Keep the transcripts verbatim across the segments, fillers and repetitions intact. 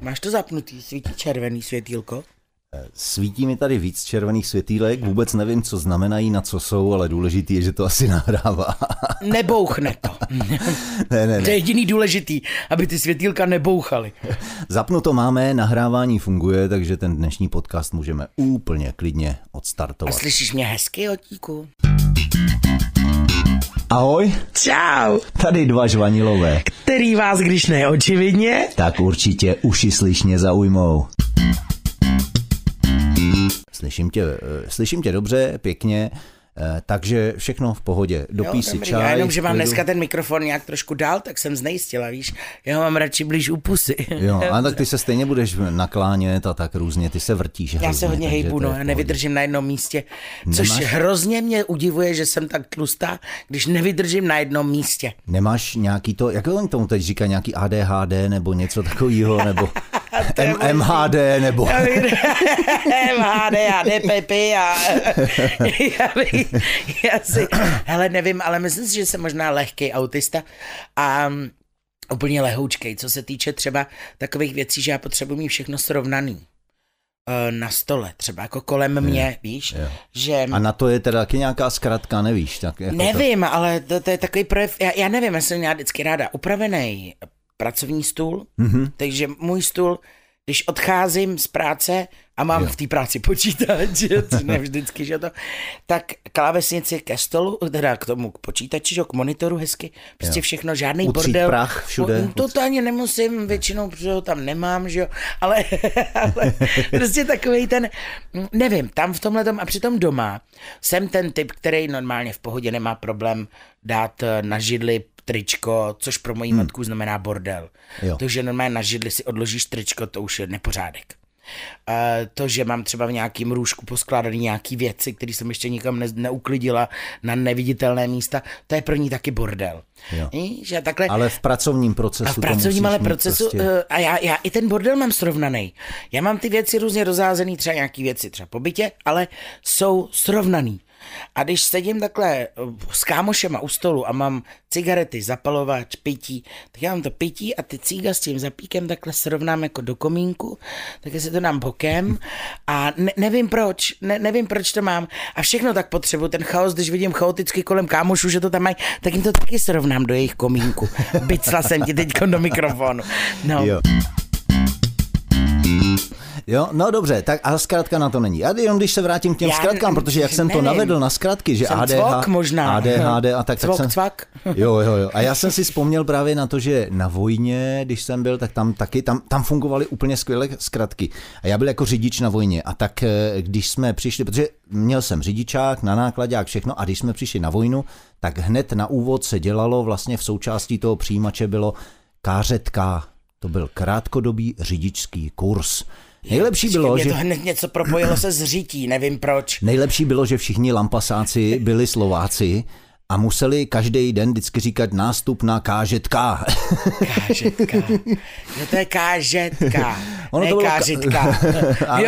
Máš to zapnutý, svítí červený světýlko? Svítí mi tady víc červených světýlek, vůbec nevím, co znamenají, na co jsou, ale důležitý je, že to asi nahrává. Nebouchne to. ne, ne, ne. To je jediný důležitý, aby ty světýlka nebouchaly. Zapnuto máme, nahrávání funguje, takže ten dnešní podcast můžeme úplně klidně odstartovat. A slyšíš mě hezky, Otíku? Ahoj. Čau. Tady dva žvanilové. Který vás, když ne očividně, tak určitě uši slyšně zaujmou. Slyším tě, slyším tě dobře, pěkně, takže všechno v pohodě. Dopij si čaj. Já jenom, že mám dneska ten mikrofon nějak trošku dál, tak jsem znejistila, víš, já ho mám radši blíž u pusy. Jo, a tak ty se stejně budeš naklánět a tak různě, ty se vrtíš. Já hrozně, se hodně hejbu, no, já nevydržím na jednom místě, což Nemáš... hrozně mě udivuje, že jsem tak tlustá, když nevydržím na jednom místě. Nemáš nějaký to, jak oni tomu teď říká, nějaký A D H D nebo něco takového, nebo M- M H D, nebo... M H D a D P P a... já, bych, já si... Hele, nevím, ale myslím si, že jsem možná lehký autista a úplně lehoučkej, co se týče třeba takových věcí, že já potřebuji mít všechno srovnaný na stole, třeba jako kolem mě, je, víš, je. Že... A na to je teda taky nějaká zkratka, nevíš? Tak jako nevím, to... ale to, to je takový projev, já, já nevím, já jsem měla vždycky ráda upravený pracovní stůl, mm-hmm. takže můj stůl, když odcházím z práce a mám jo. v té práci počítač, ne vždycky, že to, tak klávesnici ke stolu, teda k tomu k počítači, že, k monitoru hezky, prostě jo. všechno, žádný Utřít bordel. Prach všude. No, to, to ani nemusím, většinou, protože ho tam nemám, že jo, ale, ale prostě takovej ten, nevím, tam v tomhletom a přitom doma jsem ten typ, který normálně v pohodě nemá problém dát na židli tričko, což pro moji hmm. matku znamená bordel. Jo. To, že normálně na židli si odložíš tričko, to už je nepořádek. Uh, to, že mám třeba v nějakým růžku poskládaný nějaký věci, které jsem ještě nikam ne- neuklidila na neviditelné místa, to je pro ní taky bordel. Jo. I, že takhle... Ale v pracovním procesu. A v pracovním ale procesu, prostě... uh, a já, já i ten bordel mám srovnaný. Já mám ty věci různě rozázený, třeba nějaký věci třeba po bytě, ale jsou srovnaný. A když sedím takhle s kámošema u stolu a mám cigarety, zapalovač, pití, tak já mám to pití a ty cíga s tím zapíkem takhle srovnám jako do komínku, tak si to dám bokem a ne, nevím proč, ne, nevím proč to mám a všechno tak potřebuji, ten chaos, když vidím chaoticky kolem kámošů, že to tam mají, tak jim to taky srovnám do jejich komínku. Bicla jsem ti teďko do mikrofonu. No. Jo. Jo, no dobře, tak a zkratka na to není. A jenom když se vrátím k těm Já, zkratkám, protože jak jsem nevím. to navedl na zkratky, že A D H, možná. A D H D a tak, cvok, tak jsem... cvak. Jo, jo, jo. A já jsem si vzpomněl právě na to, že na vojně, když jsem byl, tak tam taky, tam, tam fungovaly úplně skvělé zkratky. A já byl jako řidič na vojně a tak když jsme přišli, protože měl jsem řidičák, na nákladák, všechno a když jsme přišli na vojnu, tak hned na úvod se dělalo, vlastně v součástí toho přijímače bylo K Z K. To byl krátkodobý řidičský kurz. Nejlepší Počkej, bylo, mě že... to hned něco propojilo se s řití, nevím proč. Nejlepší bylo, že všichni lampasáci byli Slováci a museli každý den vždycky říkat nástup na K Z K. K Z K. No to je K Z K. Ono ne to bylo K Z K. Jo.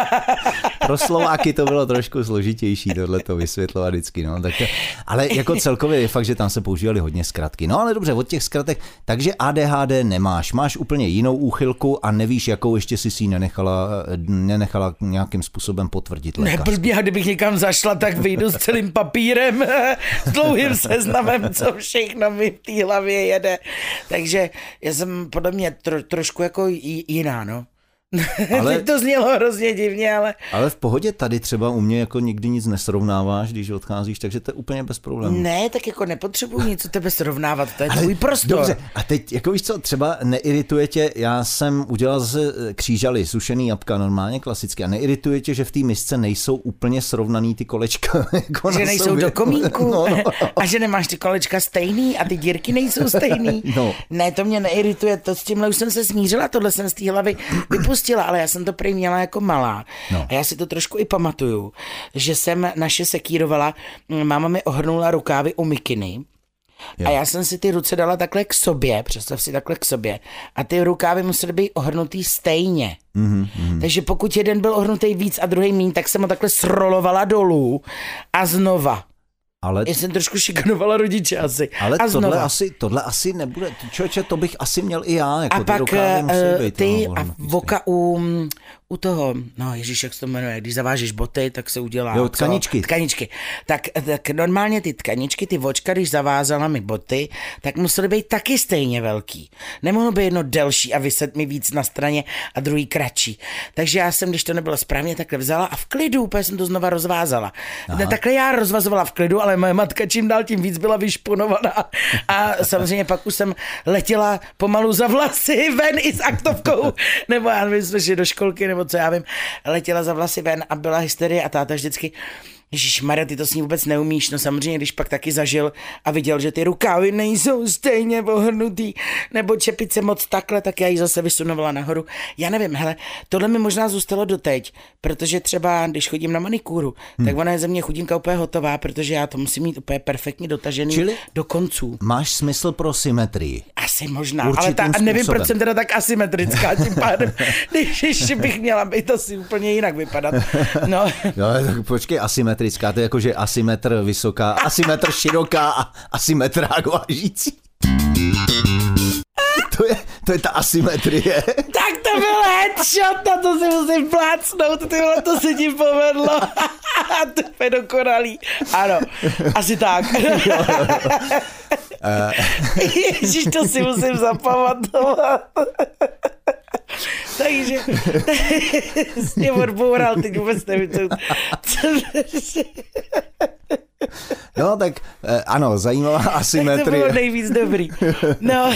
Pro Slováky to bylo trošku složitější tohleto vysvětlovat vždycky. No. Tak to, ale jako celkově je fakt, že tam se používali hodně zkratky. No ale dobře, od těch zkratek. Takže A D H D nemáš. Máš úplně jinou úchylku a nevíš, jakou ještě si si nenechala, nenechala nějakým způsobem potvrdit lékařsky. Neblbě, a kdybych někam zašla, tak vyjdu s celým papírem, s dlouhým seznamem, co všechno mi v té hlavě jede. Takže já jsem podle mě tro, trošku jako jiná, no. Ale to znělo hrozně divně, ale... Ale v pohodě tady třeba u mě jako nikdy nic nesrovnáváš, když odcházíš, takže to je úplně bez problémů. Ne, tak jako nepotřebuji nic u tebe srovnávat, to je tvůj prostor. Dobře, a teď, jako víš co, třeba neirituje tě, já jsem udělal zase křížaly, sušený jabka, normálně klasicky, a neirituje tě, že v té misce nejsou úplně srovnaný ty kolečka. Jako že nejsou sobě do komínku no, no. A že nemáš ty kolečka stejný a ty dírky nejsou stejný. No. Ne, to mě neirituje, to s tímhle už jsem se smířila, tohle jsem z té hlavy vypustila. Ale já jsem to prý měla jako malá. No. A já si to trošku i pamatuju, že jsem naše sekírovala, máma mi ohrnula rukávy u mikiny. Jo. A já jsem si ty ruce dala takhle k sobě, představ si takhle k sobě. A ty rukávy musely být ohrnutý stejně. Mm-hmm, mm-hmm. Takže pokud jeden byl ohrnutý víc a druhý míň, tak jsem ho takhle srolovala dolů a znova. Ale... Já jsem trošku šikanovala rodiče asi. Ale a tohle asi, tohle asi nebude, člověče, to bych asi měl i já. Jako a ty pak být, ty no, a voka u, u toho, no ježíš, jak se to jmenuje, když zavážeš boty, tak se udělá. Jo, tkaničky. Co? Tkaničky. Tak, tak normálně ty tkaničky, ty vočka, když zavázala mi boty, tak musely být taky stejně velký. Nemohlo by jedno delší a vyset mi víc na straně a druhý kratší. Takže já jsem, když to nebylo správně, takhle vzala a v klidu úplně jsem to znova rozvázala. Ne, takhle já rozvazovala v klidu, ale moje matka čím dál tím víc byla vyšponovaná. A samozřejmě pak už jsem letěla pomalu za vlasy ven i s aktovkou, nebo já nevím, jsme šli do školky, nebo co já vím, letěla za vlasy ven a byla hysterie a táta vždycky, ježišmarja, ty to s ní vůbec neumíš, no samozřejmě, když pak taky zažil a viděl, že ty rukávy nejsou stejně ohrnutý, nebo čepice moc takhle, tak já ji zase vysunovala nahoru. Já nevím, hele, tohle mi možná zůstalo doteď, protože třeba, když chodím na manikúru, hmm. tak ona je ze mě chudinka úplně hotová, protože já to musím mít úplně perfektně dotažený Čili do konců. Máš smysl pro symetrii? Asi možná, určitým ale ta, nevím, proč jsem teda tak asymetrická, tím pádem, když ještě bych měla být asi úplně jinak vypadat. No, no tak počkej, asymetrická. To je jako, že asymetr vysoká, asymetr široká a asymetrák vážící. To je, to je ta asymetrie. Tak to byl headshot, na to si musím plácnout, tyhle, to se ti povedlo. To je dokonalý. Ano, asi tak. Ježíš, to si musím zapamatovat. Takže jsi odboural, teď vůbec nevím, co... No tak ano, zajímavá asymetrie. To bylo nejvíc dobrý. No.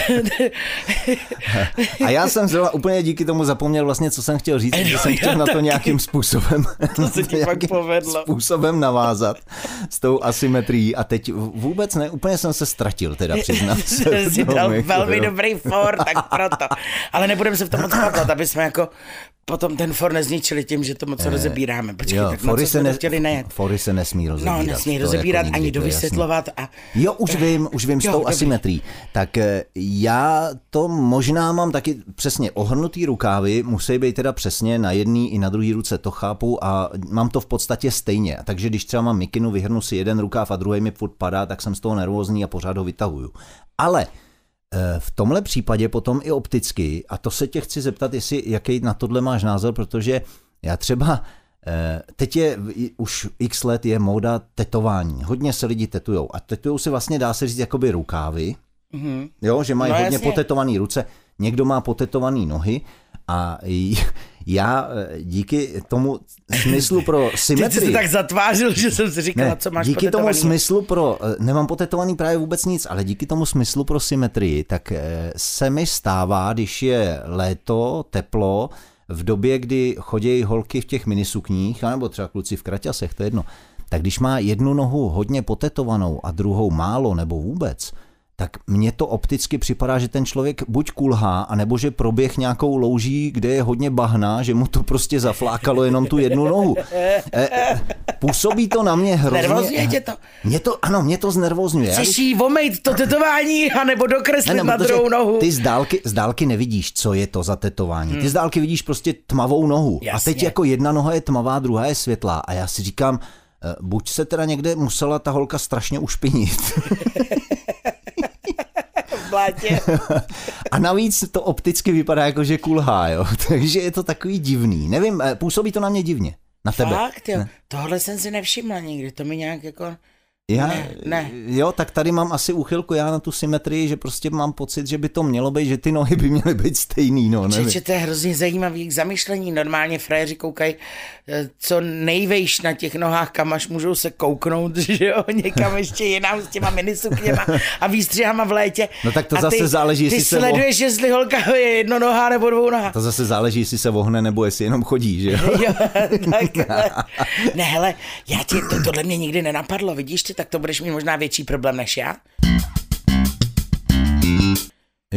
A já jsem zrovna úplně díky tomu zapomněl vlastně, co jsem chtěl říct, že jsem chtěl na to nějakým způsobem, to se ti pak povedlo. způsobem navázat s tou asymetrií a teď vůbec ne, úplně jsem se ztratil, teda přiznám se. Jsi dal velmi dobrý for, tak proto. Ale nebudeme se v tom moc patlat, aby jsme jako potom ten for nezničili tím, že to moc eh, rozebíráme. Počkej, jo, tak na co jsme ne, chtěli nejet? Fory se nesmí rozebírat. No, nesmí rozebírat jako ani dovysvětlovat. A... Jo, už vím, už vím jo, s tou dobrý. Asymetrií. Tak já to možná mám taky přesně ohrnutý rukávy, musí být teda přesně na jedné i na druhé ruce, to chápu a mám to v podstatě stejně. Takže když třeba mám mikinu, vyhrnu si jeden rukáv a druhý mi furt padá, tak jsem z toho nervózní a pořád ho vytahuju. Ale v tomhle případě potom i opticky, a to se tě chci zeptat, jestli jaký na tohle máš názor, protože já třeba, teď je už x let je móda tetování, hodně se lidi tetujou a tetujou si vlastně, dá se říct, jakoby rukávy, mm-hmm. jo, že mají no, hodně jasně. potetované ruce, někdo má potetované nohy a já díky tomu smyslu pro symetrii... Ty jsi tak zatvářil, že jsem si říkala, ne, co máš díky potetovaný. Díky tomu smyslu pro... Nemám potetovaný právě vůbec nic, ale díky tomu smyslu pro symetrii, tak se mi stává, když je léto, teplo, v době, kdy chodí holky v těch minisukních, anebo třeba kluci v kraťasech, to je jedno, tak když má jednu nohu hodně potetovanou a druhou málo nebo vůbec, tak mně to opticky připadá, že ten člověk buď kulhá, anebo že proběh nějakou louží, kde je hodně bahna, že mu to prostě zaflákalo jenom tu jednu nohu. E, e, působí to na mě hrozně... Nervózňuje tě to? Mě to, ano, mě to znervózňuje. Chceš jí omejt to tetování, anebo dokreslit ne, ne, na druhou nohu? Ty z dálky, z dálky nevidíš, co je to za tetování. Hmm. Ty z dálky vidíš prostě tmavou nohu. Jasně. A teď jako jedna noha je tmavá, druhá je světlá. A já si říkám, buď se teda někde musela ta holka strašně ušpinit. A navíc to opticky vypadá jako, že kulhá, jo. Takže je to takový divný. Nevím, působí to na mě divně. Na tebe. Fakt, jo. Ne. Tohle jsem si nevšimla nikdy. To mi nějak jako... Já, ne, ne. Jo, tak tady mám asi úchylku já na tu symetrii, že prostě mám pocit, že by to mělo být, že ty nohy by měly být stejný, no, nevím. Čeče, to je hrozně zajímavý k zamyšlení. Normálně frajeři koukají co nejvejš na těch nohách, kam až můžou se kouknout, že jo, někam ještě jinam s těma minisukněma a výstřihama v létě. No tak to a zase ty, záleží, jestli ty se... Ty sleduješ, vo... jestli holka je jedno noha nebo dvou noha. To zase záleží, jestli se vohne nebo jestli jenom chodí, že jo. jo takhle. Ne, hele, já ti, to, tohle mě nikdy nenapadlo, vidíš ty, tak to budeš mít možná větší problém než já. Jo.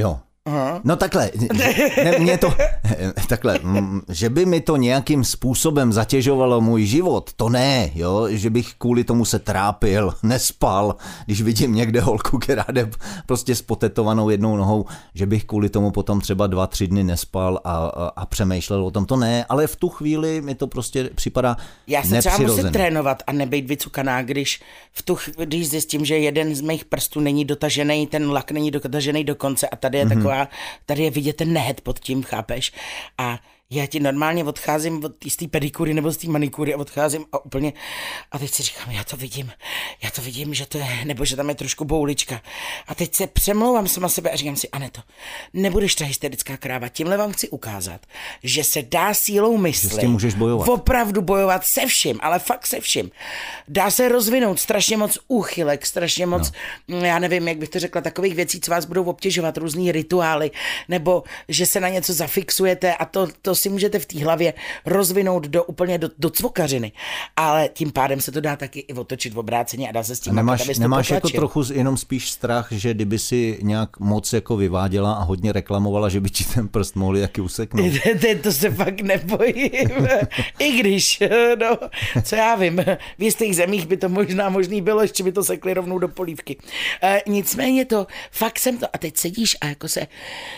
Aha. No takhle, ne, mě to, takhle, že by mi to nějakým způsobem zatěžovalo můj život, to ne, jo, že bych kvůli tomu se trápil, nespal, když vidím někde holku, která jde prostě s potetovanou jednou nohou, že bych kvůli tomu potom třeba dva, tři dny nespal a, a, a přemýšlel o tom, to ne, ale v tu chvíli mi to prostě připadá Já se třeba musím trénovat a nebejt vycukaná, když, v tu, když zjistím, že jeden z mých prstů není dotažený, ten lak není dotažený do konce a tady je mm-hmm. taková, tady je vidět ten nehet pod tím, chápeš? A já ti normálně odcházím od té pedikury nebo z té manikury a odcházím a úplně, a teď si říkám, já to vidím, já to vidím, že to je, nebo že tam je trošku boulička. A teď se přemlouvám sama sebe a říkám si, Aneto, nebudeš ta hysterická kráva, tímhle vám chci ukázat, že se dá sílou mysli můžeš bojovat. Opravdu bojovat se vším, ale fakt se vším. Dá se rozvinout strašně moc úchylek, strašně moc, no. já nevím, jak bych to řekla, takových věcí, co vás budou obtěžovat, různý rituály, nebo že se na něco zafixujete a to, to si můžete v té hlavě rozvinout do úplně do, do cvokařiny, ale tím pádem se to dá taky i otočit v obráceně a dá se s tím nemáš, makat, nemáš jako trochu jenom spíš strach, že kdyby si nějak moc jako vyváděla a hodně reklamovala, že by ti ten prst mohli taky useknout? To se fakt nebojím. I když, no, co já vím, v jistých zemích by to možná možný bylo, ještě by to sekli rovnou do polívky. E, nicméně to, fakt jsem to, a teď sedíš a jako se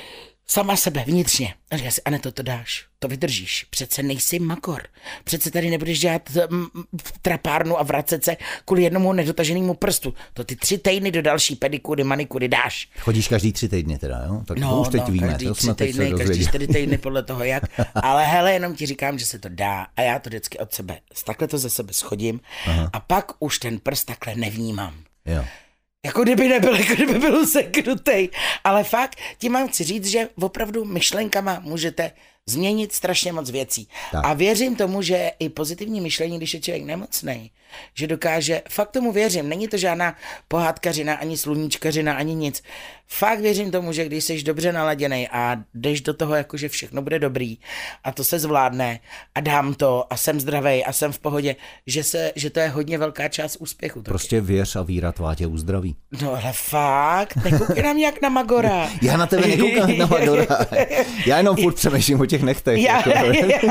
sama sebe vnitřně. A říká si, Aneto, to dáš, to vydržíš. Přece nejsi makor. Přece tady nebudeš dělat m, trapárnu a vracet se kvůli jednomu nedotaženému prstu. To ty tři týdny do další pedikury, manikury dáš. Chodíš každý tři týdny teda, jo? Tak no, to už teď no, víme. Každý to tři týdny, každý čtyři týdny podle toho jak. Ale hele, jenom ti říkám, že se to dá a já to vždycky od sebe, takhle to ze sebe schodím. Aha. A pak už ten prst takhle nevnímám. Jo. Jako kdyby nebyl, jako kdyby byl useknutej. Ale fakt, tím mám chci říct, že opravdu myšlenkama můžete změnit strašně moc věcí. Tak. A věřím tomu, že i pozitivní myšlení, když je člověk nemocnej, že dokáže, fakt tomu věřím, není to žádná pohádkařina, ani sluníčkařina, ani nic. Fakt věřím tomu, že když jsi dobře naladěnej a jdeš do toho, jako že všechno bude dobrý a to se zvládne a dám to a jsem zdravej a jsem v pohodě, že, se, že to je hodně velká část úspěchu. Taky. Prostě věř a víra tvá tě uzdraví. No ale fakt, nekoukej na mě jak na Magora. Já na tebe nekoukám jak na Magora. Já jenom furt přemýšlím o těch nechtech. Já, jako. já.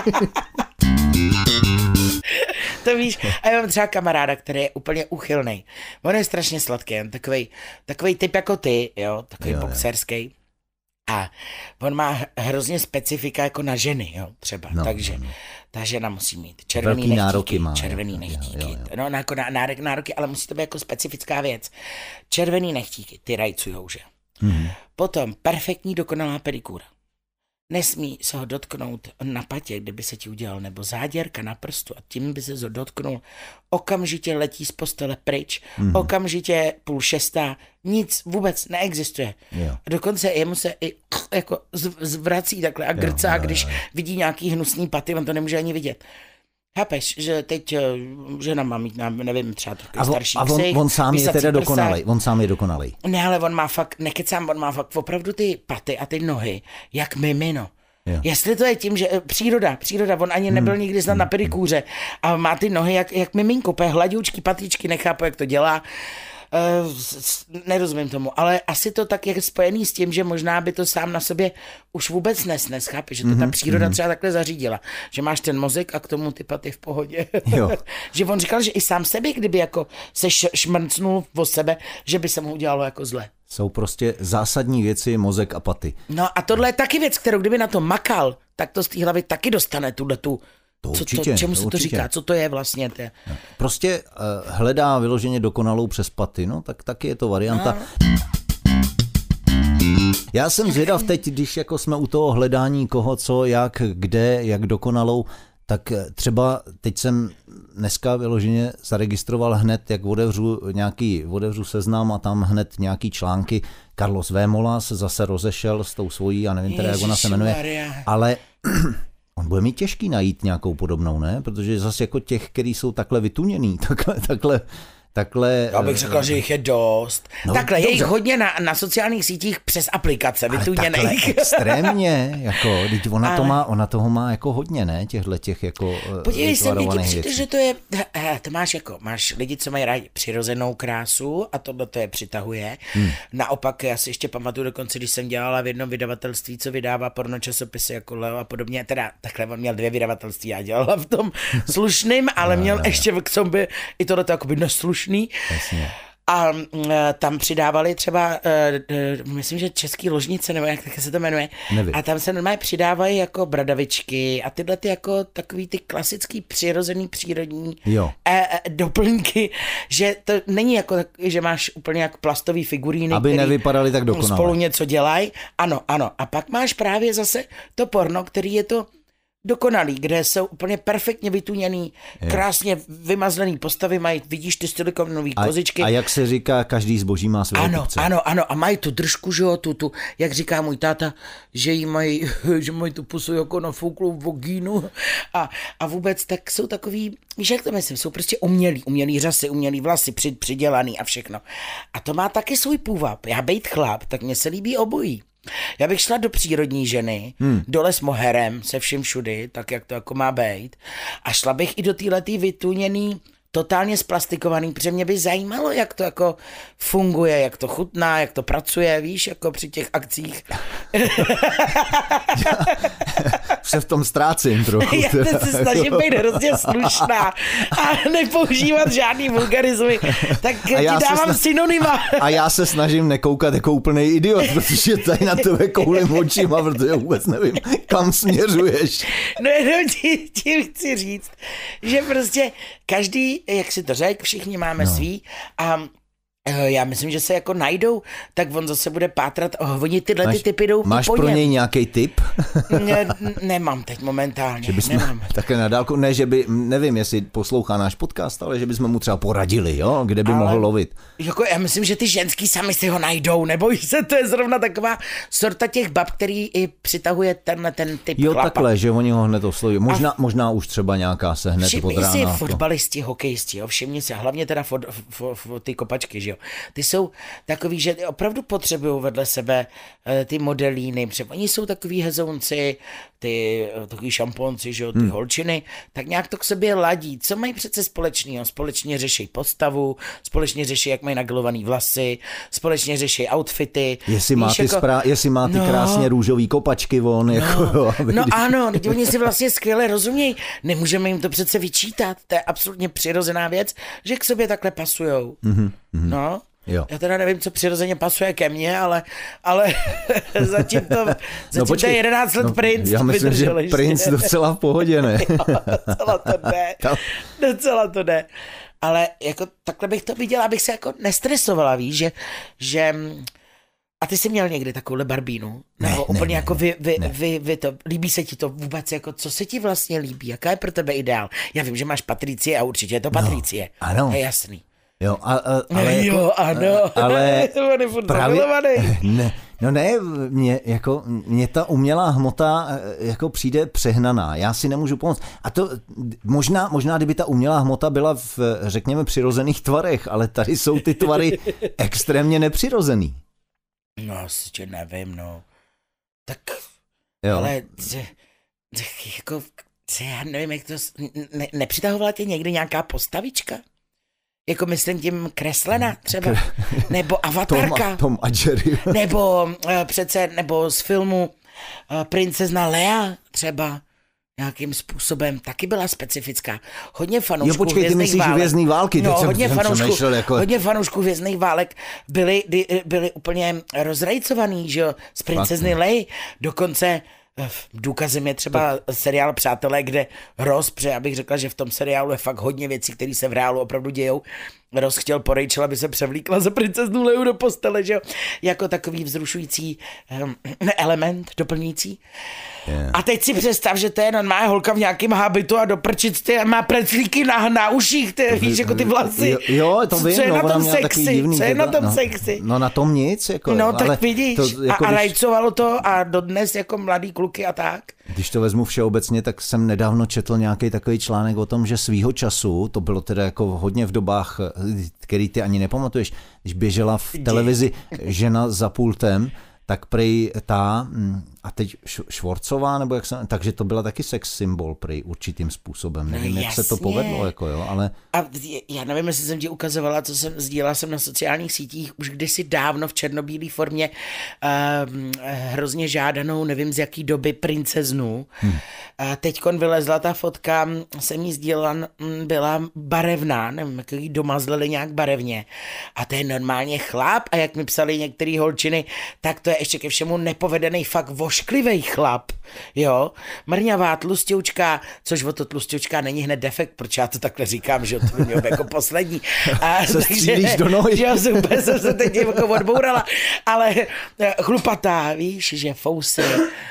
To víš, a já mám třeba kamaráda, který je úplně uchylnej. On je strašně sladký, on takovej, takovej typ jako ty, jo, takový boxerský. A on má hrozně specifika jako na ženy, jo, třeba. No, Takže no. ta žena musí mít červený nechtíky, nároky má, červený nechtíky. Jo, jo, jo. No, jako nárok, nároky, ale musí to být jako specifická věc. Červený nechtíky, ty rajcujou, že? Mm-hmm. Potom perfektní dokonalá pedikura. Nesmí se ho dotknout na patě, kdyby se ti udělal, nebo záděrka na prstu a tím by se ho dotknul. Okamžitě letí z postele pryč, mm. okamžitě půl šestá, nic vůbec neexistuje. Jo. A dokonce jemu se i jako zvrací takhle a grcá, jo, jo, jo. Když vidí nějaký hnusný paty, on to nemůže ani vidět. Chápeš, že teď žena má mít, nevím, třeba takový starší a on, ksich, on sám je teda dokonalej, on sám je dokonalej. Ne, ale on má fakt, nekecám, on má fakt opravdu ty paty a ty nohy, jak mimino. Jo. Jestli to je tím, že příroda, příroda, on ani nebyl hmm. nikdy znat hmm. na pedikůře a má ty nohy jak, jak miminko, hladoučky, patičky, nechápu, jak to dělá. Uh, nerozumím tomu, ale asi to tak je spojený s tím, že možná by to sám na sobě už vůbec nesnes, chápeš, že to ta příroda třeba takhle zařídila, že máš ten mozek a k tomu ty paty v pohodě. Jo. Že on říkal, že i sám sebe, kdyby jako se šmrcnul o sebe, že by se mu udělalo jako zle. Jsou prostě zásadní věci, mozek a paty. No a tohle je taky věc, kterou kdyby na to makal, tak to z té hlavy taky dostane tuhle tu. To co určitě, to, čemu to se to říká? Co to je vlastně? To je... Prostě uh, hledá vyloženě dokonalou přes paty, no tak taky je to varianta. No. Já jsem zvědav teď, když jako jsme u toho hledání koho, co, jak, kde, jak dokonalou, tak třeba teď jsem dneska vyloženě zaregistroval hned, jak otevřu nějaký, otevřu seznam a tam hned nějaký články. Carlos Vémola se zase rozešel s tou svojí, já nevím teda, jak ona se jmenuje, Maria. Ale on bude mít těžký najít nějakou podobnou, ne? Protože zase jako těch, který jsou takhle vytuněný, takhle, takhle takhle... Já bych řekla, že jich je dost. No, takhle, dobře. Je jich hodně na, na sociálních sítích přes aplikace, vytuněných. Extrémně, jako, ona, ale... to má, ona toho má jako hodně, ne, těchhle těch jako podívej se, mě ti přijde, že to je, to máš jako, máš lidi, co mají rádi přirozenou krásu a tohle to je přitahuje. Hmm. Naopak, já si ještě pamatuju dokonce, když jsem dělala v jednom vydavatelství, co vydává pornočasopisy jako Leo a podobně, teda takhle on měl dvě vydavatelství, já dělala v tom slušným, ale měl no, ještě k sobě i tohle to jakoby neslušný. Jasně. A uh, tam přidávali třeba, uh, uh, myslím, že český ložnice, nebo jak se to jmenuje. Nevím. A tam se normálně přidávají jako bradavičky a tyhle ty jako takový ty klasický přirozený přírodní jo. E, e, doplňky, že to není jako, že máš úplně jako plastový figuríny, aby nevypadaly tak dokonale. Spolu něco dělají. Ano, ano. A pak máš právě zase to porno, který je to dokonalý, kde jsou úplně perfektně vytuněný, je. Krásně vymazlený postavy, mají, vidíš ty silikonové kozičky. A jak se říká, každý zboží má své ano, kupce. Ano, ano, a mají tu držku, že jo, tu, tu, jak říká můj táta, že jí mají, že mají tu pusu jako na fouklou vogínu a, a vůbec tak jsou takový, víš, jak to myslím, jsou prostě umělý, umělý řasy, umělý vlasy, při, přidělaný a všechno. A to má taky svůj půvab. Já bejt chlap, tak mně se líbí obojí. Já bych šla do přírodní ženy, hmm. dole s moherem, se vším všudy, tak jak to jako má být. A šla bych i do téhletý vytuněný, totálně splastikovaný, protože mě by zajímalo, jak to jako funguje, jak to chutná, jak to pracuje, víš, jako při těch akcích. Se v tom ztrácím trochu. Já se snažím být hrozně slušná a nepoužívat žádný vulgarizmy, tak ti dávám sna... synonyma. A já se snažím nekoukat jako úplnej idiot, protože tady na tebe koulím očima, protože vůbec nevím, kam směřuješ. No jenom ti, ti chci říct, že prostě každý, jak si to řekl, všichni máme no. svý a já myslím, že se jako najdou, tak on zase bude pátrat, oh, oni tyhle máš, ty typy jdou máš pro něj nějaký tip? Ne, nemám teď momentálně, že bychom, nemám. Také na dálku, ne, že by, nevím, jestli poslouchá náš podcast, ale že bychom mu třeba poradili, jo, kde by ale, mohl lovit. Jako já myslím, že ty ženský sami si ho najdou, neboj se, to je zrovna taková sorta těch bab, který i přitahuje tenhle ten typ jo, chlapa. Jo, takhle, že oni ho hned osloví. Možná, a možná už třeba nějaká se hned pod rána. Všimni si fotbalisti, hokejisti, jo, všimni si, hlavně teda fot, fot, fot, ty kopačky, že jo. Ty jsou takový, že opravdu potřebují vedle sebe ty modelíny, protože oni jsou takový hezounci, ty takový šamponci, že jo, ty hmm. holčiny, tak nějak to k sobě ladí. Co mají přece společného? Společně řeší postavu, společně řeší, jak mají nagelovaný vlasy, společně řeší outfity. Jestli má, ty, jako... sprá... Jestli má ty no, krásně růžový kopačky von. No, jako, jo, no ano, oni si vlastně skvěle rozumějí. Nemůžeme jim to přece vyčítat. To je absolutně přirozená věc, že k sobě takhle pasujou. Mm-hmm. No. Jo. Já teda nevím, co přirozeně pasuje ke mně, ale, ale zatím to, zatím no, počkej, to je jedenáct let no, Prince. Já myslím, že ještě. Prince docela v pohodě, ne? Jo, docela to jde, docela to jde. Ale jako takhle bych to viděla, abych se jako nestresovala, víš, že, že a ty jsi měl někdy takovouhle barbínu? Ne, Nebo ne, úplně ne, jako vy, vy, ne. Vy, vy to, líbí se ti to vůbec, jako co se ti vlastně líbí, jaká je pro tebe ideál? Já vím, že máš Patricie a určitě je to Patricie, no, ano. To je jasný. Jo, a, a, ale jo, jako, ano, ale právě, ne, no ne, mě, jako, mě ta umělá hmota jako přijde přehnaná, já si nemůžu pomoct. A to možná, možná, kdyby ta umělá hmota byla v, řekněme, přirozených tvarech, ale tady jsou ty tvary extrémně nepřirozený. No, asi tě nevím, no. Tak, jo. Ale, jako, já nevím, jak to, ne, nepřitahovala tě někdy nějaká postavička? Jako myslím tím kreslená třeba, nebo avatarka, Tom, Tom a Jerry. nebo uh, přece, nebo z filmu uh, Princezna Lea třeba nějakým způsobem taky byla specifická. Hodně fanoušků jo, počkej, ty myslíš Hvězdný války. No, hodně fanoušků, jako... hodně fanoušků Hvězdných válek byli, byli úplně rozrajcovaný, že jo, z Princezny Lei, dokonce důkazem je třeba to... seriál Přátelé, kde Ross, protože abych řekla, že v tom seriálu je fakt hodně věcí, které se v reálu opravdu dějou. Ross chtěl po Rachel, aby se převlíkla za princeznu Leu do postele, že jo? Jako takový vzrušující um, element, doplňující. Yeah. A teď si představ, že to je normální holka v nějakém habitu a do prčic ty má preclíky na, na uších, ty, víš, jako ty vlasy. Jo, jo to vím, co je no, na tom sexy? Divný, co je na tom no, sexy? No na tom nic, jako. No tak ale vidíš, to, jako a, a když... rajcovalo to a dodnes jako mladý kluk kluky a tak. Když to vezmu všeobecně, tak jsem nedávno četl nějaký takový článek o tom, že svýho času, to bylo teda jako hodně v dobách, který ty ani nepamatuješ, když běžela v televizi žena za pultem, tak prej ta, a teď Švorcová, nebo jak jsem, takže to byla taky sex symbol prej určitým způsobem. Nevím, no, jak se to povedlo, jako jo, ale... A já nevím, jestli jsem ti ukazovala, co jsem sdílela jsem na sociálních sítích už kdysi dávno v černobílé formě uh, hrozně žádanou, nevím z jaký doby, princeznu. Hmm. A teďkon vylezla ta fotka, jsem jí sdílela, byla barevná, nevím, jak jí domazlili nějak barevně. A to je normálně chlap a jak mi psali některý holčiny, tak to je ještě ke všemu nepovedený fakt vošklivej chlap, jo, mrňavá tlustěučka, což o to tlustěučka není hned defekt, proč já to takhle říkám, že to mělo jako poslední. A, se střílíš do nohy. Jo, super, jsem se teď jako odbourala, ale chlupatá, víš, že fousy,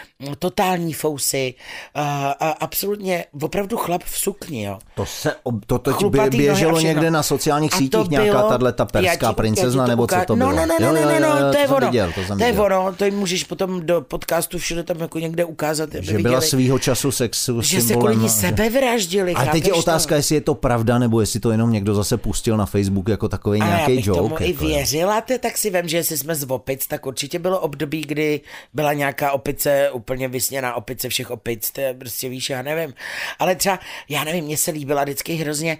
totální fousy, a, a absolutně opravdu chlap v sukni, jo. To se, to teď běželo někde na sociálních sítích, nějaká tato perská princezna, nebo co to bylo? No, no, no, no, no, no, to je ono, to je ono, to jim můžeš potom do podcastu všude tam jako někde ukázat. Že byla svýho času sexu že se kvůli ní sebevraždili. A teď je otázka, jestli je to pravda, nebo jestli to jenom někdo zase pustil na Facebook jako takový nějaký joke. Ale já bych tomu i věřila, tak si vem, že jestli jsme z opic, tak určitě bylo období, kdy byla nějaká opice úplně vysněná opice všech opic, to je prostě víš, já nevím. Ale třeba, já nevím, mně se líbila vždycky hrozně,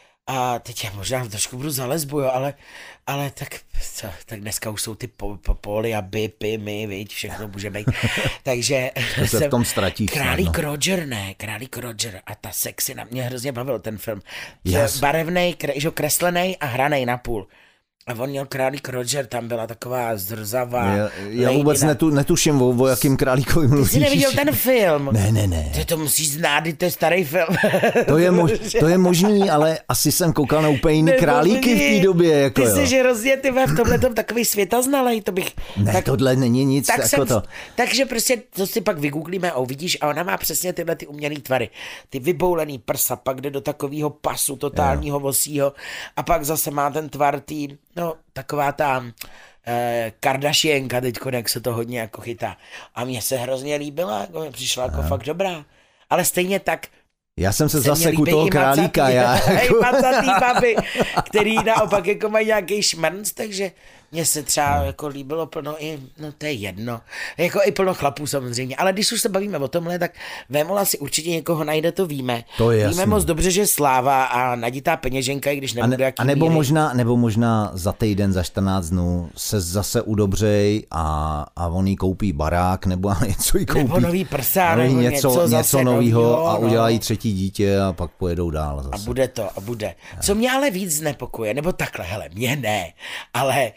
a teď já možná trošku budu za lesbu, jo, ale, ale tak, co, tak dneska už jsou ty po, po, poly a by, py, my, viď, všechno může být. Takže se v tom ztratíš. Králík Roger, ne, Králík Roger a ta sexy, na mě hrozně bavil ten film. Yes. Barevnej, kre, kreslenej a hranej na půl. A on měl Králík Roger, tam byla taková zrzavá. Já, já vůbec netu, netuším, o, o jakým králíkovi mluvíš. Ty jsi neviděl ten film? Ne, ne, ne. Ty to musíš znát, to je starý film. To je, mož, to je možný, ale asi jsem koukal na úplně jiný králíky v té době. Jako ty jo. jsi, že hrozně ty v tomhletom takový světaznalej, to bych... Ne, tak, tohle není nic tak jako jsem, to. Takže prostě to si pak vygooglíme a uvidíš a ona má přesně tyhle ty umělý tvary. Ty vyboulený prsa, pak jde do takového pasu totálního vosího a pak zase má ten tvar tý, no taková ta eh, Kardashianka teďko, jak se to hodně jako chytá. A mně se hrozně líbila, jako mě přišla jako fakt dobrá. Ale stejně tak já jsem se zase u toho králíka. Macatý, já jako... macatý baby, který naopak jako mají nějaký šmrnc, takže mně se třeba no. jako líbilo plno i, no to je jedno, jako i plno chlapů samozřejmě, ale když už se bavíme o tomhle, tak Vémola si určitě někoho najde, to víme. To je víme jasný. Moc dobře, že Sláva a naditá peněženka, i když nebude jaký a nebo míry. možná, nebo možná za týden, za čtrnáct dnů se zase udobřej a, a on jí koupí barák, nebo něco jí koupí. Nebo nový prsa, nebo něco, něco, něco novýho a no. udělají třetí dítě a pak pojedou dál zase. A bude to, a bude. Co mě ale víc znepokuje, nebo takhle, hele, mě ne, ale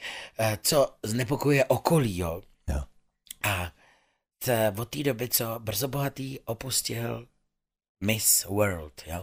co znepokuje okolí, jo. jo. A t, od té doby, co Brzo bohatý opustil Miss World, jo.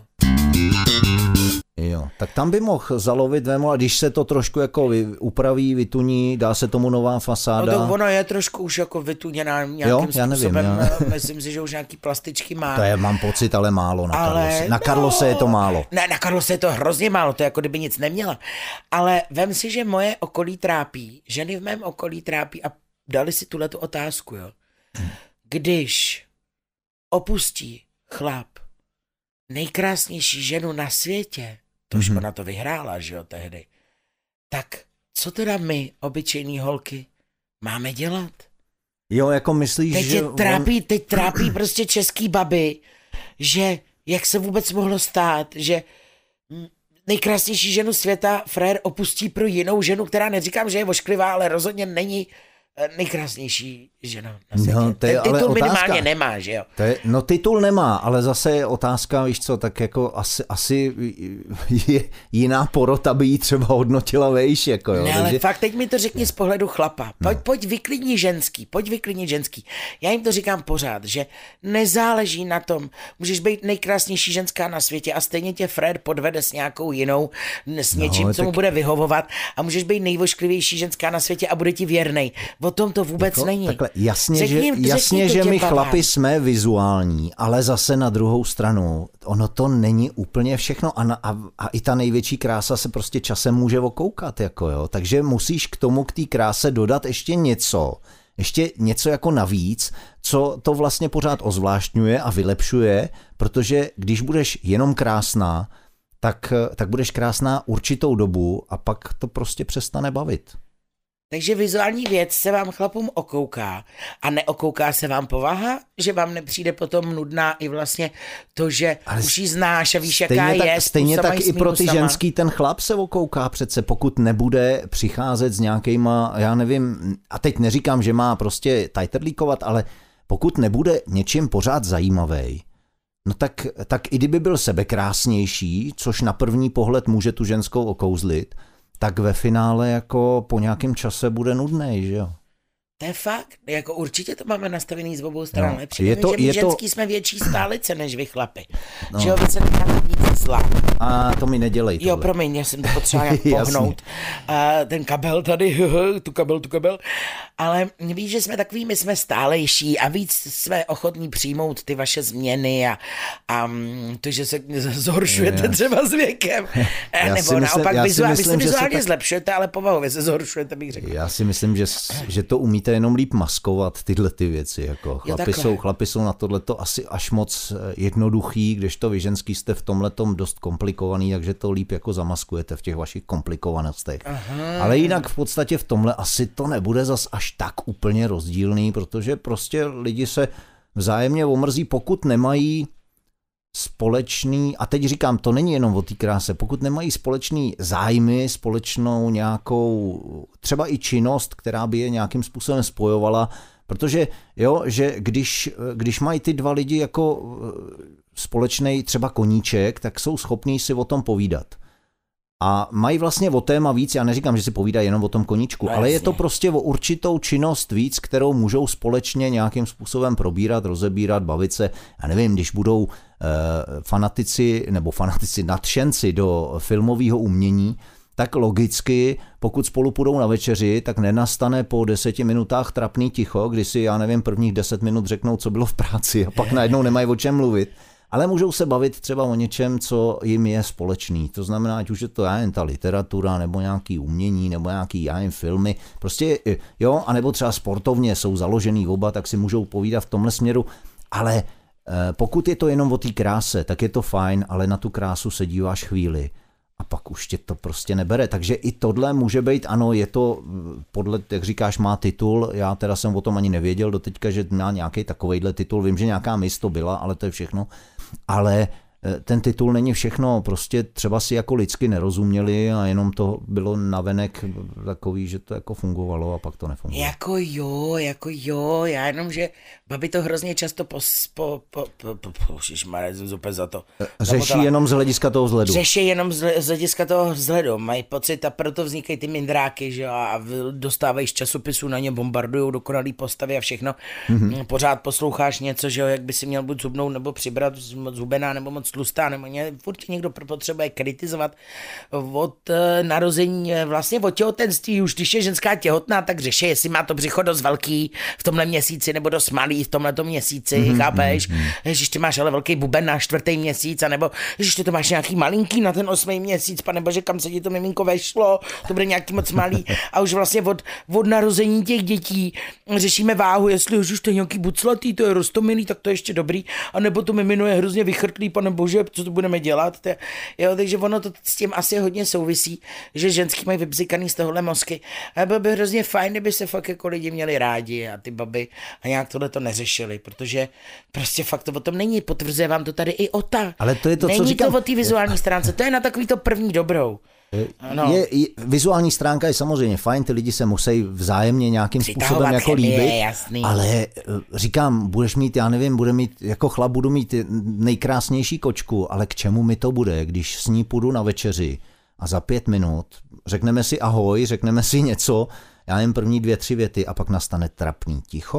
Jo, tak tam by mohl zalovit Vémola, když se to trošku jako vy, upraví, vytuní, dá se tomu nová fasáda. No to ono je trošku už jako vytuněná nějakým jo, já způsobem, nevím, já. myslím si, že už nějaký plastičky má. To je, mám pocit, ale málo na ale, Karlose. Na Karlose no, je to málo. Ne, na Karlose je to hrozně málo, to je jako kdyby nic neměla. Ale vem si, že moje okolí trápí, ženy v mém okolí trápí a dali si tuhletu otázku, jo. Hmm. Když opustí chlap nejkrásnější ženu na světě, tož mm-hmm. ona to vyhrála, že jo, tehdy, tak co teda my, obyčejný holky, máme dělat? Jo, jako myslíš, teď že... Trápí, on... teď trápí prostě český baby, že jak se vůbec mohlo stát, že nejkrásnější ženu světa frajer opustí pro jinou ženu, která neříkám, že je ošklivá, ale rozhodně není nejkrásnější žena na světě. No, ten titul minimálně nemá, že jo? To je, no titul nemá, ale zase je otázka, víš co, tak jako asi, asi je jiná porota by jí třeba hodnotila vejš, jako jo. Ne, takže... ale fakt teď mi to řekni z pohledu chlapa. Pojď, no. pojď vyklidni ženský, pojď vyklidni ženský. Já jim to říkám pořád, že nezáleží na tom, můžeš být nejkrásnější ženská na světě a stejně tě Fred podvede s nějakou jinou, s něčím, no, co tak... mu bude vyhovovat a můžeš být nejvošklivější ženská na světě a bude ti věrnej. O tom to vůbec jako, není. Takhle, jasně, řekni, že, řekni jasně že my babám. chlapi jsme vizuální, ale zase na druhou stranu, ono to není úplně všechno a, na, a, a i ta největší krása se prostě časem může okoukat, jako jo. Takže musíš k tomu, k té kráse dodat ještě něco, ještě něco jako navíc, co to vlastně pořád ozvláštňuje a vylepšuje, protože když budeš jenom krásná, tak, tak budeš krásná určitou dobu a pak to prostě přestane bavit. Takže vizuální věc se vám chlapům okouká a neokouká se vám povaha, že vám nepřijde potom nudná i vlastně to, že ale už ji znáš a víš, jaká tak, je. Stejně tak i pro ty ženský ten chlap se okouká přece, pokud nebude přicházet s nějakýma, já nevím, a teď neříkám, že má prostě tajterlíkovat, ale pokud nebude něčím pořád zajímavý, no tak, tak i kdyby byl sebekrásnější, což na první pohled může tu ženskou okouzlit, tak ve finále jako po nějakém čase bude nudnej, že jo? To je fakt, jako určitě to máme nastavený z obou stran. No, je to, že my je ženský to... jsme větší stálice než vy chlapi. No. Že jo, vy se necháte víc zla. A to mi nedělej tohle. Jo, promiň, já jsem to potřeba jak pohnout. A ten kabel tady, tu kabel, tu kabel. Ale víš, že jsme takový, my jsme stálejší a víc jsme ochotní přijmout ty vaše změny a, a to, že se zhoršujete je, třeba s věkem. Nebo myslím, naopak vizuálně, myslím, vy se vizuálně tak... zlepšujete, ale povahově se zhoršujete, bych řekl. Já si myslím, že, že to umíte jenom líp maskovat tyhle ty věci. Jako chlapi, jo, jsou, chlapi jsou na tohleto asi až moc jednoduchý, kdežto vy ženský jste v tomhletom dost komplikovaný, takže to líp jako zamaskujete v těch vašich komplikovanostech. Aha. Ale jinak v podstatě v tomhle asi to nebude zas až tak úplně rozdílný, protože prostě lidi se vzájemně omrzí, pokud nemají společný, a teď říkám, to není jenom o té kráse, pokud nemají společný zájmy, společnou nějakou třeba i činnost, která by je nějakým způsobem spojovala, protože jo, že když, když mají ty dva lidi jako společný třeba koníček, tak jsou schopní si o tom povídat. A mají vlastně o téma víc, já neříkám, že si povídají jenom o tom koníčku, ale je to prostě o určitou činnost víc, kterou můžou společně nějakým způsobem probírat, rozebírat, bavit se. Já nevím, když budou eh, fanatici nebo fanatici nadšenci do filmového umění, tak logicky, pokud spolu půjdou na večeři, tak nenastane po deseti minutách trapný ticho, kdy si, já nevím, prvních deset minut řeknou, co bylo v práci a pak najednou nemají o čem mluvit. Ale můžou se bavit třeba o něčem, co jim je společný. To znamená, ať už je to já jen ta literatura, nebo nějaký umění, nebo nějaký já jen filmy. Prostě jo, anebo třeba sportovně jsou založený oba, tak si můžou povídat v tomhle směru. Ale pokud je to jenom o té kráse, tak je to fajn, ale na tu krásu se díváš chvíli a pak už tě to prostě nebere. Takže i tohle může být, ano, je to podle, jak říkáš, má titul, já teda jsem o tom ani nevěděl doteďka, že má nějaký takovejhle titul, vím, že nějaká miss to byla, ale to je všechno. Ale ten titul není všechno, prostě třeba si jako lidsky nerozuměli a jenom to bylo navenek takový, že to jako fungovalo a pak to nefungovalo. Jako jo, jako jo, já jenom, že babi to hrozně často pos, po, po, po, po, po šišmarec, úplně za to. Řeší zamotala. Jenom z hlediska toho vzhledu. Řeší jenom z, z hlediska toho vzhledu, mají pocit a proto vznikají ty mindráky, že jo, a dostávají z časopisů, na ně bombardujou dokonalý postavy a všechno. Mm-hmm. Pořád posloucháš něco, že jo, jak by si měl buď zubnout nebo přibrat, moc zubená nebo moc tlustá, nebo ně, furt někdo potřebuje kritizovat od e, narození, vlastně od těhotenství, už když je ženská těhotná, tak řeší, jestli má to břicho dost velký v tomhle měsíci, nebo dost malý v tomhleto měsíci, mm-hmm, chápeš? Mm-hmm. Ježiš, ty máš ale velký buben na čtvrtý měsíc, anebo ježiš, ty to máš nějaký malinký na ten osmý měsíc, panebože, kam se ti to miminko vešlo, to bude nějaký moc malý a už vlastně od, od narození těch dětí řešíme váhu, jestli už to je nějaký buclatý, to je roztomilý, tak to je ještě dobrý, anebo to mimino je hrozně vychrtlý, panebože, co to budeme dělat, to je, jo, takže ono to s tím asi hodně souvisí, že ženský mají vybzikaný z tohohle mozky, ale bylo by hrozně fajn, kdyby se fakt jako lidi měli rádi a ty baby a nějak tohle to neřešili, protože prostě fakt to o tom není, potvrzuje vám to tady i Ota. Ale to je to, není co říkám. To o té vizuální stránce, to je na takový to první dobrou. No. Je, je, vizuální stránka je samozřejmě fajn, ty lidi se musí vzájemně nějakým způsobem jako chemie, líbit, jasný. Ale říkám, budeš mít, já nevím, bude mít, jako chlap budu mít nejkrásnější kočku, ale k čemu mi to bude, když s ní půjdu na večeři a za pět minut řekneme si ahoj, řekneme si něco, já nevím, první dvě, tři věty a pak nastane trapný ticho?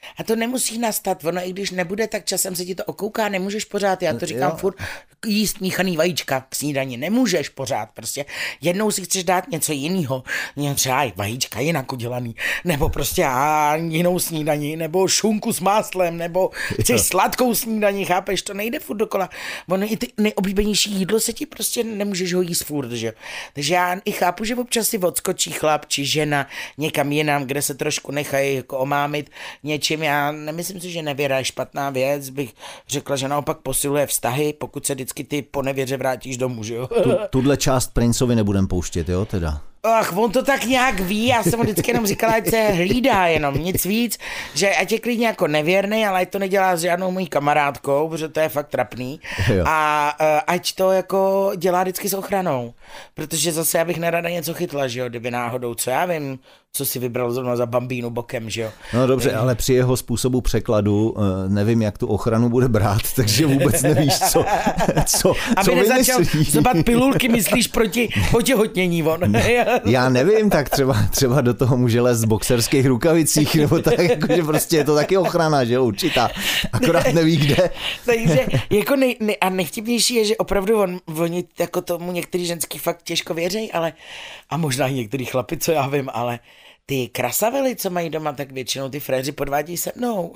A to nemusí nastat, ono i když nebude, tak časem se ti to okouká, nemůžeš pořád, já to říkám jo. furt, jíst míchaný vajíčka k snídani, nemůžeš pořád, prostě jednou si chceš dát něco jiného, třeba vajíčka jinak udělaný, nebo prostě a jinou snídani, nebo šunku s máslem, nebo chceš jo. sladkou snídani, chápeš, to nejde furt dokola, ono i ty nejoblíbenější jídlo se ti prostě nemůžeš ho jíst furt, že? Takže já i chápu, že občas si odskočí chlap či žena někam jinam, kde se trošku nechají jako omámit něčím. Já nemyslím si, že nevěra je špatná věc, bych řekla, že naopak posiluje vztahy, pokud se vždycky ty po nevěře vrátíš domů, že jo? Tu, tuhle část Princovi nebudem pouštět, jo, teda? Ach, on to tak nějak ví, já jsem mu vždycky jenom říkala, ať se hlídá jenom, nic víc, že ať je klidně jako nevěrný, ale ať to nedělá s žádnou mojí kamarádkou, protože to je fakt trapný. Jo. A uh, ať to jako dělá vždycky s ochranou, protože zase já bych nerada něco chytla, že jo, kdyby náhodou, co já vím, co si vybral zrovna za bambínu bokem, že jo. No dobře, ale při jeho způsobu překladu nevím, jak tu ochranu bude brát, takže vůbec nevíš, co, co, Aby co nezačal vymyslí. zobat pilulky, myslíš, proti otěhotnění, on. Já nevím, tak třeba, třeba do toho může lézt v boxerských rukavicích, nebo tak, jakože prostě je to taky ochrana, že jo, určitá, akorát neví kde. Takže jako nej, nej, a nejvtipnější je, že opravdu on, oni jako tomu některý ženský fakt těžko věří, ale a možná i některý chlapi, co já vím, ale ty krasavely, co mají doma, tak většinou ty fréři podvádí se mnou.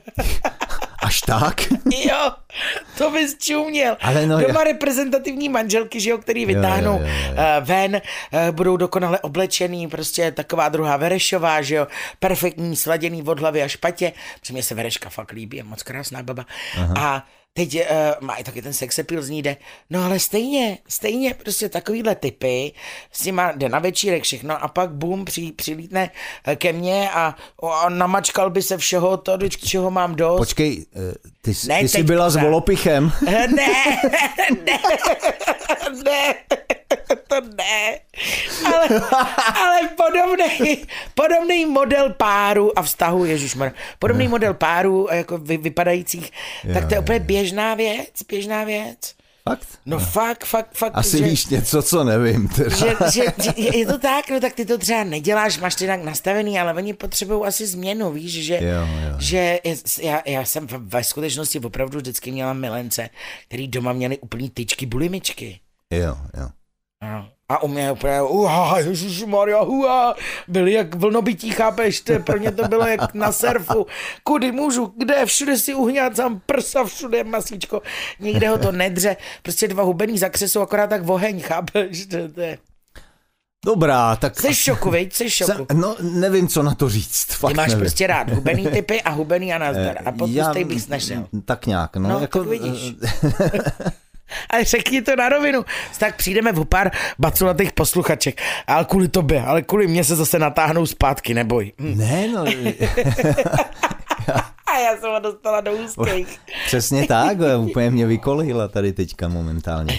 Až tak? Jo, to bys čuměl. Ale no, doma jo. reprezentativní manželky, že jo, který vytáhnou jo, jo, jo, jo. Uh, ven, uh, budou dokonale oblečený, prostě taková druhá Verešová, že jo, perfektní, sladěný od hlavy až patě, protože mě se Vereška fakt líbí, je moc krásná baba. Aha. A teď uh, má i taky ten sexappeal z ní jde, no ale stejně, stejně prostě takovýhle typy s nima jde na večírek všechno a pak bum, při, přilítne ke mně a, a namačkal by se všeho to, čeho mám dost. Počkej, ty, ne, ty jsi byla s Volopichem? Ne, ne, ne, to ne, ale, ale podobný, podobný model páru a vztahu, ježišmar, podobný model páru jako vy, vypadajících, jo, tak to je úplně běžná věc, běžná věc. Fakt? No, no. fakt, fakt, fakt. Asi že, víš něco, co nevím. Teda. Že, že, že je to tak, no tak ty to třeba neděláš, máš to jinak nastavený, ale oni potřebují asi změnu, víš, že, jo, jo. že já, já jsem ve skutečnosti opravdu vždycky měla milence, který doma měli úplný tyčky bulimičky. Jo, jo. No. A u mě úplně, uha, ježišmarja, uha, byli jak vlnobytí, chápeš, to pro mě to bylo jak na surfu, kudy můžu, kde, všude si uhňácám prsa, všude masíčko, nikde ho to nedře, prostě dva hubený za křesu, akorát tak oheň, chápeš, to, to je... Dobrá, tak... Jsi v šoku, veď, jsi v šoku. No, nevím, co na to říct, fakt Ty máš nevím. prostě rád hubený typy a hubený a nazdar, a podpustej bych snažil. Tak nějak, no, no jako... tak vidíš. Ale řekni to na rovinu. Tak přijdeme v pár baculatých posluchaček. Ale kvůli tobě, ale kvůli mě se zase natáhnou zpátky, neboj. Hm. Ne, no... A já jsem ho dostala do úzkých. Přesně tak, úplně mě vykolejila tady teďka momentálně.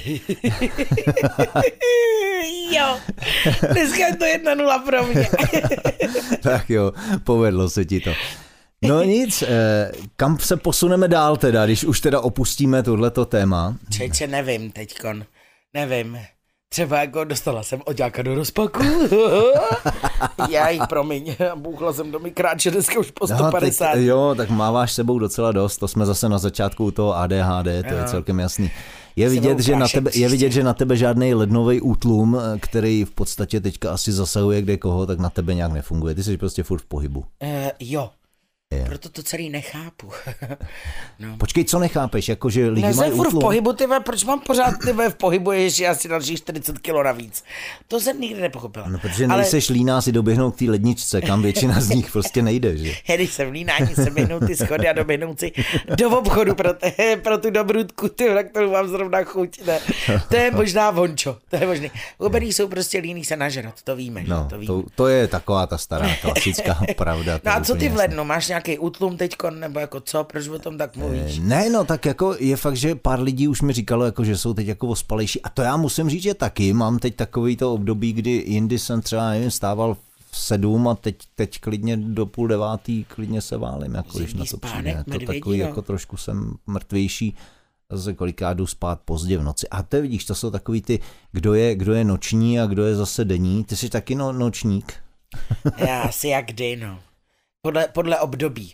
Jo, dneska je to jedna nula pro mě. Tak jo, povedlo se ti to. No nic, eh, kam se posuneme dál teda, když už teda opustíme tohleto téma? Čeče, nevím teďkon, nevím. Třeba jako dostala jsem oďáka do rozpaku. Já jí promiň, bouchla jsem do mikráče dneska už po sto padesát. No, teď, jo, tak máváš sebou docela dost, to jsme zase na začátku toho A D H D, to jo. Je celkem jasný. Je vidět, že na tebe, je vidět, že na tebe žádný lednový útlum, který v podstatě teďka asi zasahuje kde koho, tak na tebe nějak nefunguje. Ty jsi prostě furt v pohybu. Uh, jo. Je. Proto to celý nechápu. No. Počkej, co nechápeš? Jako, že lidi mají útlum? v pohybu, tyve, proč mám pořád tyve v pohybu, ještě asi dalších čtyřicet kilo navíc? To jsem nikdy nepochopila. No, protože nejseš ale... líná si doběhnout k té ledničce, kam většina z nich prostě nejde, že? Když jsem líná, ani se běhnout ty schody a doběhnout si do obchodu pro, te, pro tu dobrůdku, ty, na kterou mám zrovna chuť. Ne. To je možná vončo, to je možný. Hubený jsou prostě líní se nažrat, to víme. No, to, víme. To, to je taková ta stará klasická pravda. No a co ty v lednu, máš nějaký útlum teďko, nebo jako co, proč o tom tak mluvíš? Ne, no tak jako je fakt, že pár lidí už mi říkalo, jako, že jsou teď jako ospalejší a to já musím říct, že taky mám teď takový to období, kdy jindy jsem třeba, nevím, stával v sedm a teď, teď klidně do půl devátý klidně se válím, jako když na to přijde. To takový jako trošku jsem mrtvější, zase kolikrát jdu spát pozdě v noci. A to vidíš, to jsou takový ty, kdo je, kdo je noční a kdo je zase denní. Ty jsi taky no, nočník. Já asi jak kdy, no. Podle, podle období.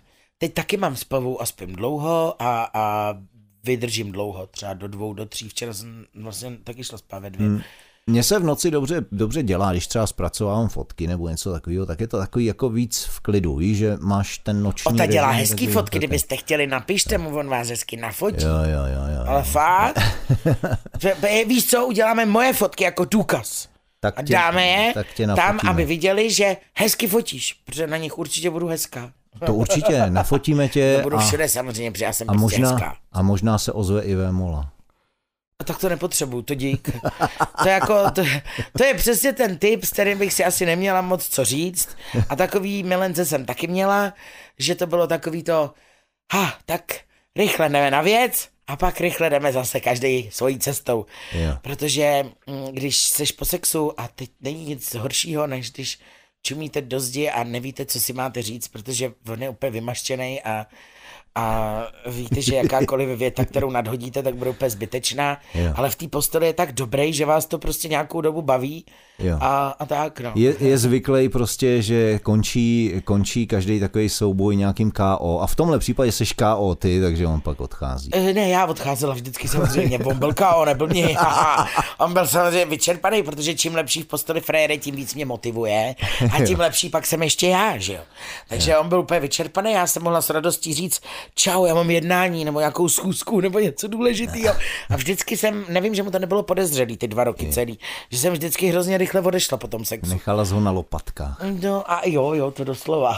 teď taky mám spavou a spím dlouho a, a vydržím dlouho, třeba do dvou, do tří. Včera jsem vlastně taky šla spát ve dvě. Hmm. Mně se v noci dobře, dobře dělá, když třeba zpracovávám fotky nebo něco takového, tak je to takový jako víc v klidu, víš, že máš ten noční... Ota dělá hezký takový, fotky, takový. Kdybyste chtěli, napište mu, on vás hezky nafotí. Jo, jo, jo, jo. Ale fakt? Víš co, uděláme moje fotky jako důkaz. Tak a dáme je tě, tak tam, aby viděli, že hezky fotíš, protože na nich určitě budu hezká. To určitě, nafotíme tě. To budu a, všude samozřejmě, protože já jsem a prostě možná, hezká. A možná se ozve i Vémola. A tak to nepotřebuju, to dík. To je, jako, to, to je přesně ten typ, s kterým bych si asi neměla moc co říct. A takový milence jsem taky měla, že to bylo takový to, ha, tak rychle jdeme na věc a pak rychle jdeme zase každý svojí cestou. Jo. Protože když seš po sexu a teď není nic horšího, než když čumíte do zdi a nevíte, co si máte říct, protože on je úplně vymaštěnej a A víte, že jakákoliv věta, kterou nadhodíte, tak bude úplně zbytečná, jo. Ale v té posteli je tak dobrý, že vás to prostě nějakou dobu baví a, a tak. No. Je, je zvyklý prostě, že končí, končí každý takový souboj nějakým K O a v tomhle případě seš K O ty, takže on pak odchází. Ne, já odcházela vždycky samozřejmě, on byl K O, nebyl mě. On byl samozřejmě vyčerpaný, protože čím lepší v posteli frajer, tím víc mě motivuje a tím lepší pak jsem ještě já, že jo. Takže jo. On byl úplně vyčerpaný, já jsem mohla s radostí říct, čau, já mám jednání, nebo nějakou schůzku, nebo něco důležitýho. A vždycky jsem, nevím, že mu to nebylo podezřelý ty dva roky celý, že jsem vždycky hrozně rychle odešla po tom sexu. Nechala ho na lopatkách. No a jo, jo, to doslova.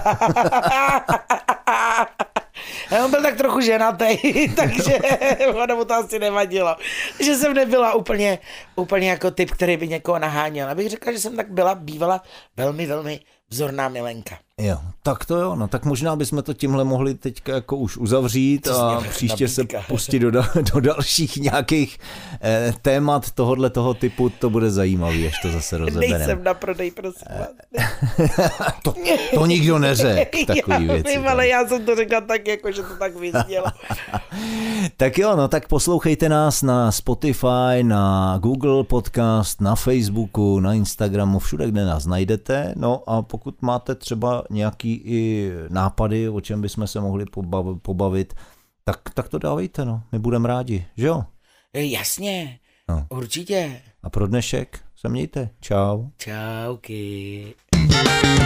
A on byl tak trochu ženatý, takže ono mu to asi nevadilo. Že jsem nebyla úplně, úplně jako typ, který by někoho naháněl. Abych řekla, že jsem tak byla, bývala velmi, velmi vzorná milenka. Jo, tak to jo, no tak možná bychom to tímhle mohli teďka jako už uzavřít a příště nabídka. Se pustit do, do dalších nějakých eh, témat tohohle toho typu, to bude zajímavý, až to zase rozebereme. Nejsem na prodej, prosím vás. to, to nikdo neřekl, takový já, věci. Vím, ale já jsem to řekla tak, jako, že to tak vyznělo. Tak jo, no tak poslouchejte nás na Spotify, na Google Podcast, na Facebooku, na Instagramu, všude, kde nás najdete. No a pokud máte třeba nějaký i nápady, o čem bychom se mohli pobavit, tak, tak to dávejte, no. My budeme rádi, že jo? Jasně, no. Určitě. A pro dnešek se mějte. Čau. Čauky.